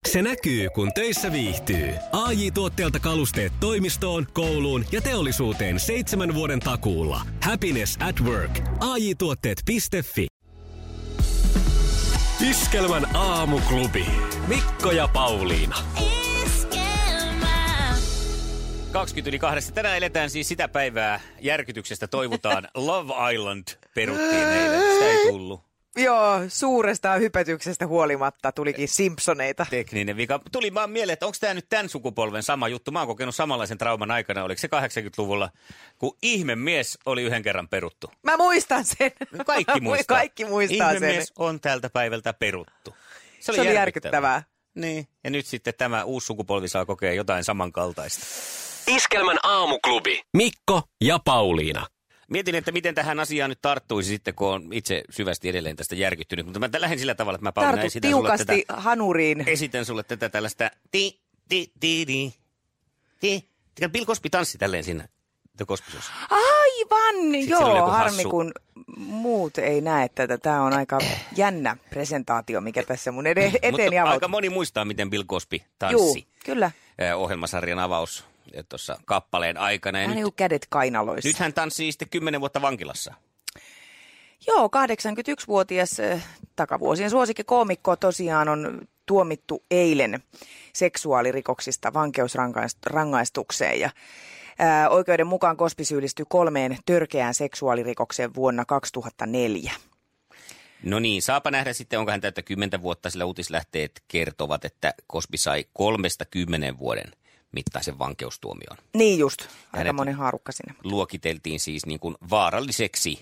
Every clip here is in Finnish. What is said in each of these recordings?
Se näkyy, kun töissä viihtyy. AJ Tuotteelta kalusteet toimistoon, kouluun ja teollisuuteen 7 vuoden takuulla. Happiness at work. AJ-tuotteet.fi. Iskelmän aamuklubi. Mikko ja Pauliina. 20:2. Tänään eletään siis sitä päivää järkytyksestä toivotaan. Love Island peruttiin eilen. Sitä ei tullut. Joo, suuresta hypätyksestä huolimatta tulikin Simpsoneita. Tekninen vika. Tuli vaan mieleen, että onko tämä nyt tämän sukupolven sama juttu. Mä oon kokenut samanlaisen trauman aikana, oliko se 80-luvulla, kun ihmemies oli yhden kerran peruttu. Mä muistan sen. Kaikki muistaa. Kaikki muistaa sen. Ihmemies on tältä päivältä peruttu. Se oli järkyttävää. Niin, ja nyt sitten tämä uusi sukupolvi saa kokea jotain samankaltaista. Iskelmän aamuklubi. Mikko ja Pauliina. Mietin, että miten tähän asiaan nyt tarttuisi sitten, kun on itse syvästi edelleen tästä järkyttynyt. Mutta mä lähden sillä tavalla, että mä Pauliina esitän sulle tätä. Tiukasti hanuriin. Esitän sulle tätä tällaista Bill Cosby tanssi tälleen siinä The Cosby Showssa. Aivan, joo, harmi hassu. kun muut ei näe tätä. Tämä on aika jännä presentaatio, mikä tässä mun eteen Mutta avautuu. aika moni muistaa, miten Bill Cosby tanssi. Joo, kyllä. Ohjelmasarjan avaus tuossa kappaleen aikana. Ja Hän nyt, on kädet kainaloissa. nyt hän tanssii sitten 10 vuotta vankilassa. Joo, 81-vuotias takavuosien suosikkikoomikko tosiaan on tuomittu eilen seksuaalirikoksista vankeusrangaistukseen. Ja oikeuden mukaan Cosby syyllistyi 3 törkeään seksuaalirikokseen vuonna 2004. No niin, saapa nähdä sitten, onko hän täyttä 10 vuotta, sillä uutislähteet kertovat, että Cosby sai 3-10 vuoden mittaisen vankeustuomion. Niin just, aika Hänet monen haarukka sinne. Luokiteltiin siis niin kuin vaaralliseksi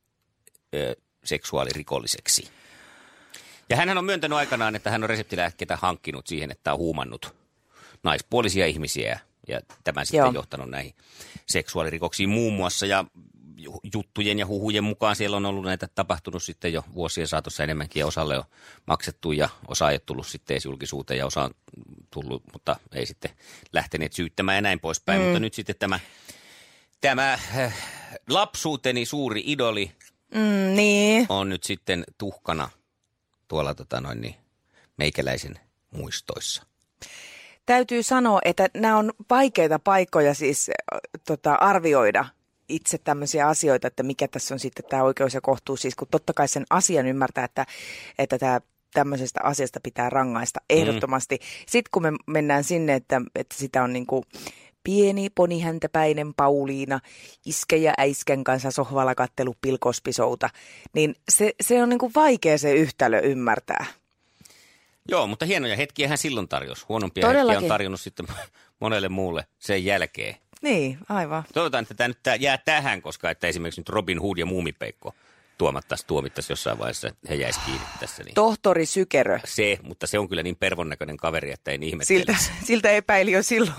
seksuaalirikolliseksi. Ja hänhän on myöntänyt aikanaan, että hän on reseptilääkkeitä hankkinut siihen, että on huumannut naispuolisia ihmisiä ja tämän sitten johtanut näihin seksuaalirikoksiin muun muassa. Ja juttujen ja huhujen mukaan siellä on ollut näitä tapahtunut sitten jo vuosien saatossa enemmänkin ja osalle on maksettu ja osa ei ole tullut sitten edes julkisuuteen ja osa on tullut, mutta ei sitten lähteneet syyttämään ja näin poispäin. Mutta nyt sitten tämä lapsuuteni suuri idoli Niin. on nyt sitten tuhkana tuolla meikäläisen muistoissa. Täytyy sanoa, että nämä on vaikeita paikkoja siis arvioida itse tämmöisiä asioita, että mikä tässä on sitten tämä oikeus ja kohtuus. Siis kun totta kai sen asian ymmärtää, että tämä tämmöisestä asiasta pitää rangaista ehdottomasti. Sitten kun me mennään sinne, että sitä on niin kuin pieni ponihäntäpäinen Pauliina, iskä ja äiskän kanssa sohvalla kattelu Bill Cosby Showta, niin se on niin kuin vaikea se yhtälö ymmärtää. Joo, mutta hienoja hetkiä hän silloin tarjosi. Huonompia hetkiä on tarjonnut sitten monelle muulle sen jälkeen. Niin, aivan. Toivotaan, että tämä nyt jää tähän, koska että esimerkiksi nyt Robin Hood ja Muumipeikko tuomittaisiin jossain vaiheessa, he jäisi kiinni tässä. Niin. Tohtori Sykerö. Mutta se on kyllä niin pervon näköinen kaveri, että en ihmettele. Siltä epäili jo silloin.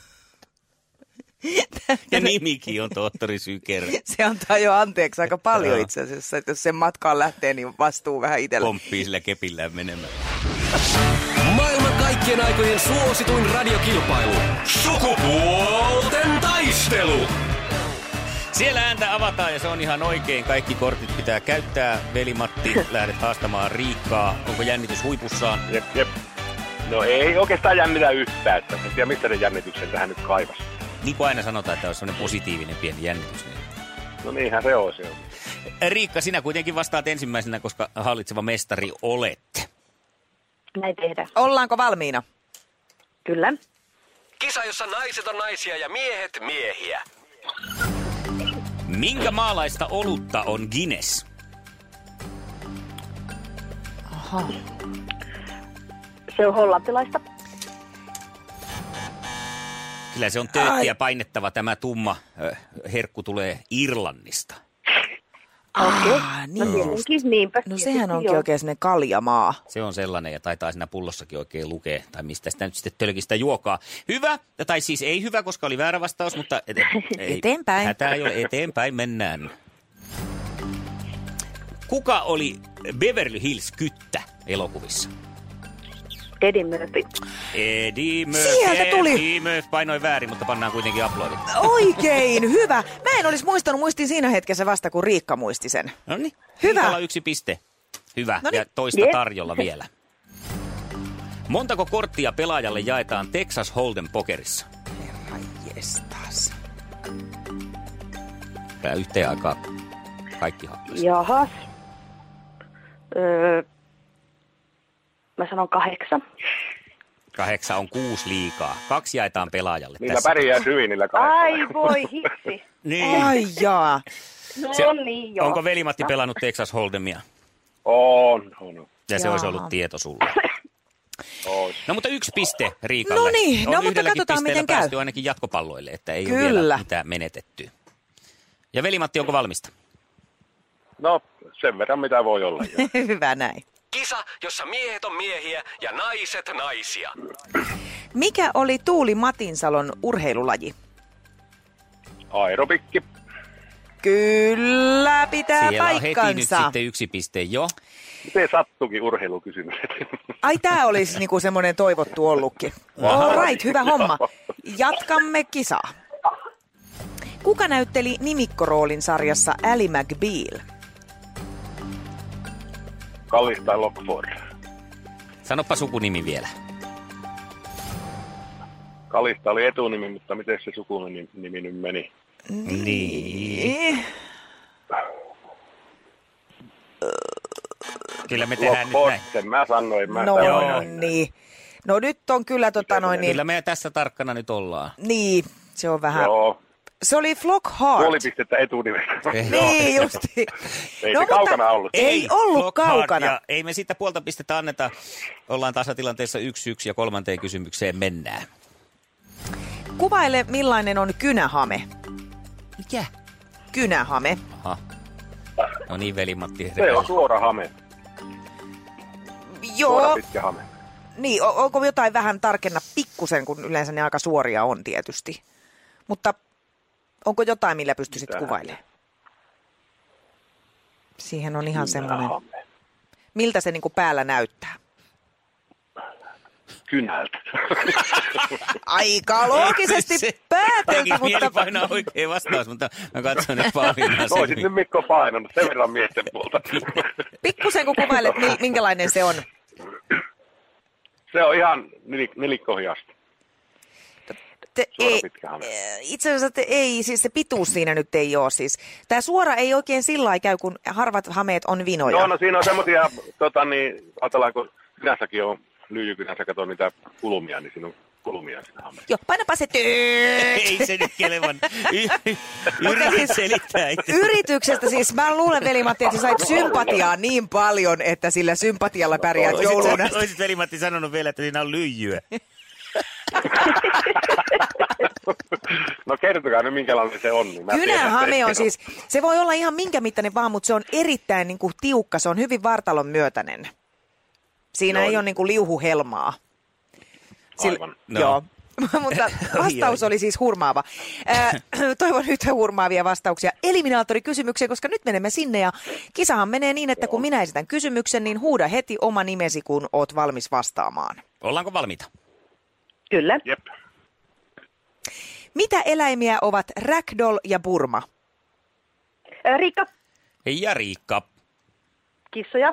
Ja nimikin on tohtori Sykerö. Se antaa jo anteeksi aika paljon itse asiassa, että jos sen matkaan lähtee, niin vastuu vähän itsellä. Pomppii sillä kepillään menemään. Maailman kaikkien aikojen suosituin radiokilpailu. Sukupuolten taistelu. Siellä ääntä avataan ja se on ihan oikein. Kaikki kortit pitää käyttää. Veli Matti, lähdet haastamaan Riikkaa. Onko jännitys huipussaan? Jep. No ei oikeastaan jännitä yhtään. Että en tiedä, mistä ne jännityksen tähän nyt kaivas. Niin kuin aina sanotaan, että olisi sellainen positiivinen pieni jännitys. Niin. No niinhän se on. Riikka, sinä kuitenkin vastaat ensimmäisenä, koska hallitseva mestari olet. Näin tehdään. Ollaanko valmiina? Kyllä. Kisa, jossa naiset on naisia ja miehet miehiä. Minkä maalaista olutta on Guinness? Aha. Se on hollantilaista. Kyllä se on tööttiä painettava. Tämä tumma herkku tulee Irlannista. Okei. Niin. Niinpä. No sehän onkin oikein sellainen kaljamaa. Se on sellainen ja taitaa siinä pullossakin oikein lukea, tai mistä sitä nyt sitten tölkistä juokaa. Hyvä, tai siis ei hyvä, koska oli väärä vastaus, mutta eteenpäin. Hätää ei ole, eteenpäin mennään. Kuka oli Beverly Hills Kyttä elokuvissa? Eddie Murphy. Eddie Murphy. Sieltä tuli. Eddie Murphy painoi väärin, mutta pannaan kuitenkin aplodit. Oikein, hyvä. Mä en olisi muistin siinä hetkessä vasta, kun Riikka muisti sen. No niin, hyvä. Riikalla 1 piste. Hyvä, Noniin. ja toista tarjolla vielä. Montako korttia pelaajalle jaetaan Texas Hold'em pokerissa? Herra jestas. Tää yhteen aikaa kaikki hakkasi. Jahas. Mä sanon 8. 8 on 6 liikaa. 2 jaetaan pelaajalle Niillä tässä. pärjää hyvin niillä 8. Ai voi hitsi. Niin. Ai jaa. No niin joo. Onko Veli-Matti pelannut Texas Hold'emia? On. Ja se Jaa. olisi ollut tieto sulle. Ois. No mutta 1 piste Riikalle. No niin, on no mutta yhdelläkin katsotaan, pisteellä miten käy. päästy ainakin jatkopalloille, että ei ole Kyllä. vielä mitään menetetty. Ja Veli-Matti, onko valmista? No, sen verran mitä voi olla. Jo. Hyvä näin. Kisa, jossa miehet on miehiä ja naiset naisia. Mikä oli Tuuli Matinsalon urheilulaji? Aerobikki. Kyllä, pitää Siellä on heti nyt paikkansa. sitten 1 piste jo. Miten sattuukin urheilukysymys? Ai, tää olisi niinku semmoinen toivottu ollutkin. All right, hyvä homma. Jatkamme kisaa. Kuka näytteli nimikkoroolin sarjassa Ally McBeal? Kallis tai Lockford. Sanoppa sukunimi vielä. Kalista oli etunimi, mutta miten se sukunimi nyt meni? Niin. Kyllä me tehdään nyt Lockford, näin. sen mä sanoin. Mä No sanoin. niin. No nyt on kyllä Kyllä me tässä tarkkana nyt ollaan. niin, se on vähän. Joo, Se oli Flockhart. puoli pistettä etunimestä. Niin, justi. Ei se kaukana ollut. Ei ollut Flockhart, kaukana. Ja ei me sitä puolta pistettä anneta. Ollaan tasatilanteessa 1-1 ja 3. kysymykseen mennään. Kuvaile, millainen on kynähame. Mikä? Kynähame. Aha. No niin, Veli-Matti. Se on suora hame. Suora Joo, pitkä hame. niin, onko jotain vähän tarkenna pikkusen, kun yleensä ne aika suoria on tietysti. Mutta onko jotain, millä pystyisit Mitähän? kuvailemaan? Siihen on ihan semmoinen, Hame. miltä se niinku päällä näyttää. Kynältä. Aika loogisesti päätelty, Tekisi mieli mutta painaa oikea vastaus, mutta mä katson, että Pauliina Oisit nyt sen. Mikko painanut sen verran miesten puolta. pikkusen kun kuvailet, minkälainen se on. Se on ihan nilikkohiasta. Suora Ei, pitkä hame. itse asiassa ei, siis se pituus siinä nyt ei ole siis. Tämä suora ei oikein sillä lailla käy, kun harvat hameet on vinoja. No siinä on semmosia, ajatellaan kun kynässäkin on lyijykynässä, kato niitä kulmia, niin siinä on kulmia siinä hameessa. Joo, painapa se Ei se nyt kelevan. Yritä selittää itse. Yrityksestä siis, mä luulen Veli-Matti, että sä sait sympatiaa niin paljon, että sillä sympatialla pärjäät jouluna. Oisit Veli-Matti sanonut vielä, että siinä on lyijyä. No kertokaa nyt minkälainen se on. Niin mä tiedän, Kynähame että on siis, se voi olla ihan minkä mittainen vaan, mutta se on erittäin niin kuin tiukka, se on hyvin vartalon myötäinen. Siinä Joo. ei ole niin kuin liuhuhelmaa. Aivan. No. Joo. Mutta vastaus Ai. oli siis hurmaava. Toivon nyt hurmaavia vastauksia eliminaattorikysymykseen, koska nyt menemme sinne ja kisahan menee niin, että kun minä esitän kysymyksen, niin huuda heti oma nimesi, kun oot valmis vastaamaan. Ollaanko valmiita? Kyllä. Jep. Mitä eläimiä ovat ragdoll ja Burma? Riikka, Ja Riikka. kissoja.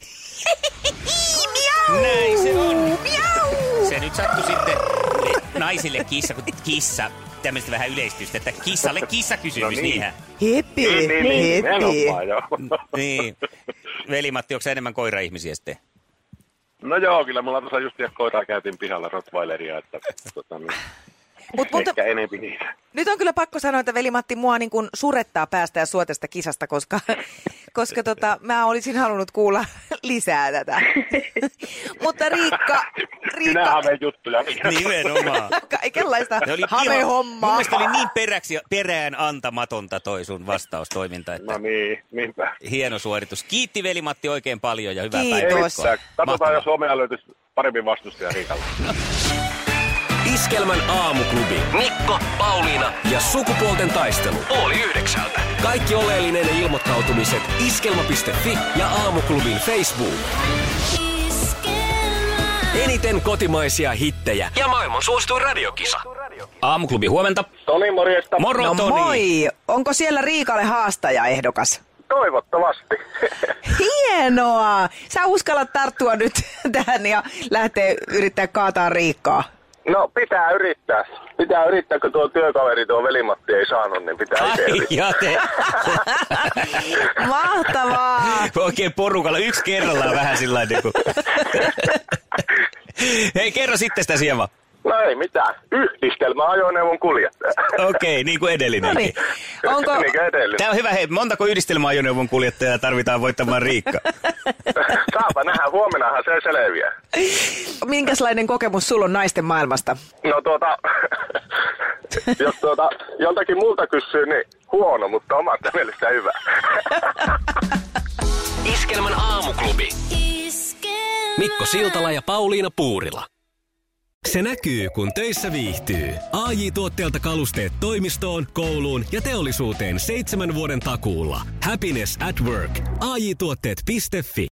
Näin se on. Se nyt sattui sitten naisille kissa, kun kissa, tämmöistä vähän yleistystä, että kissalle kissakysymys, No niin. niinhän. Heppi, Niin, heppi. nimenomaan, joo. Niin. Veli-Matti, onko sä enemmän koira-ihmisiä sitten? No joo, kyllä mulla tuossa just koiraa käytiin pihalla Rottweileria, että Mutta ehkä enempi niitä. nyt on kyllä pakko sanoa, että Veli-Matti mua niin kuin surettaa päästä ja sua tästä kisasta, koska mä olisin halunnut kuulla lisää tätä. Mutta Riikka, Kynähameen juttuja. Nimenomaan. kaikenlaista Ne oli Mun hamehommaa. mielestä oli niin perään antamatonta toi sun vastaustoiminta, että No niin, niinpä. hieno suoritus. Kiitti Veli-Matti oikein paljon ja hyvää Kiitos. Ei päivää. mitään. Katsotaan, Mahtavaa. jos Suomea löytyisi paremmin vastustajia Riikalla. Iskelmän aamuklubi. Mikko, Pauliina ja sukupuolten taistelu. 8:30. Kaikki oleellinen ilmoittautumiset iskelma.fi ja aamuklubin Facebook. Eniten kotimaisia hittejä ja maailman suosituin radiokisa. Aamuklubi, huomenta. Toni, morjesta. Moro, No Toni. moi! Onko siellä Riikalle haastaja ehdokas? toivottavasti. Hienoa! Sä uskallat tarttua nyt tähän ja lähteä yrittää kaataa Riikkaa. No pitää yrittää. Pitää yrittää, kun tuo työkaveri, tuo Veli-Matti ei saanut, niin pitää itse yrittää. Mahtavaa! Oikein porukalla, yksi kerrallaan vähän sillä niin kuin. Hei, kerro sitten sitä Siema. No ei mitään. Yhdistelmäajoneuvon kuljettaja. Okei, niin kuin edellinenkin. Onko... Niin kuin edellinen. Tämä on hyvä. Hei, montako yhdistelmäajoneuvon kuljettajaa tarvitaan voittamaan Riikka? Saapa nähdä. Huomennahan se selviää. Minkälainen kokemus sulla on naisten maailmasta? No jos joltakin multa kysyy, niin huono, mutta omasta mielestä hyvä. Iskelmän aamuklubi. Mikko Siltala ja Pauliina Puurila. Se näkyy, kun töissä viihtyy. AJ-tuotteelta kalusteet toimistoon, kouluun ja teollisuuteen 7 vuoden takuulla. Happiness at work. AJ-tuotteet.fi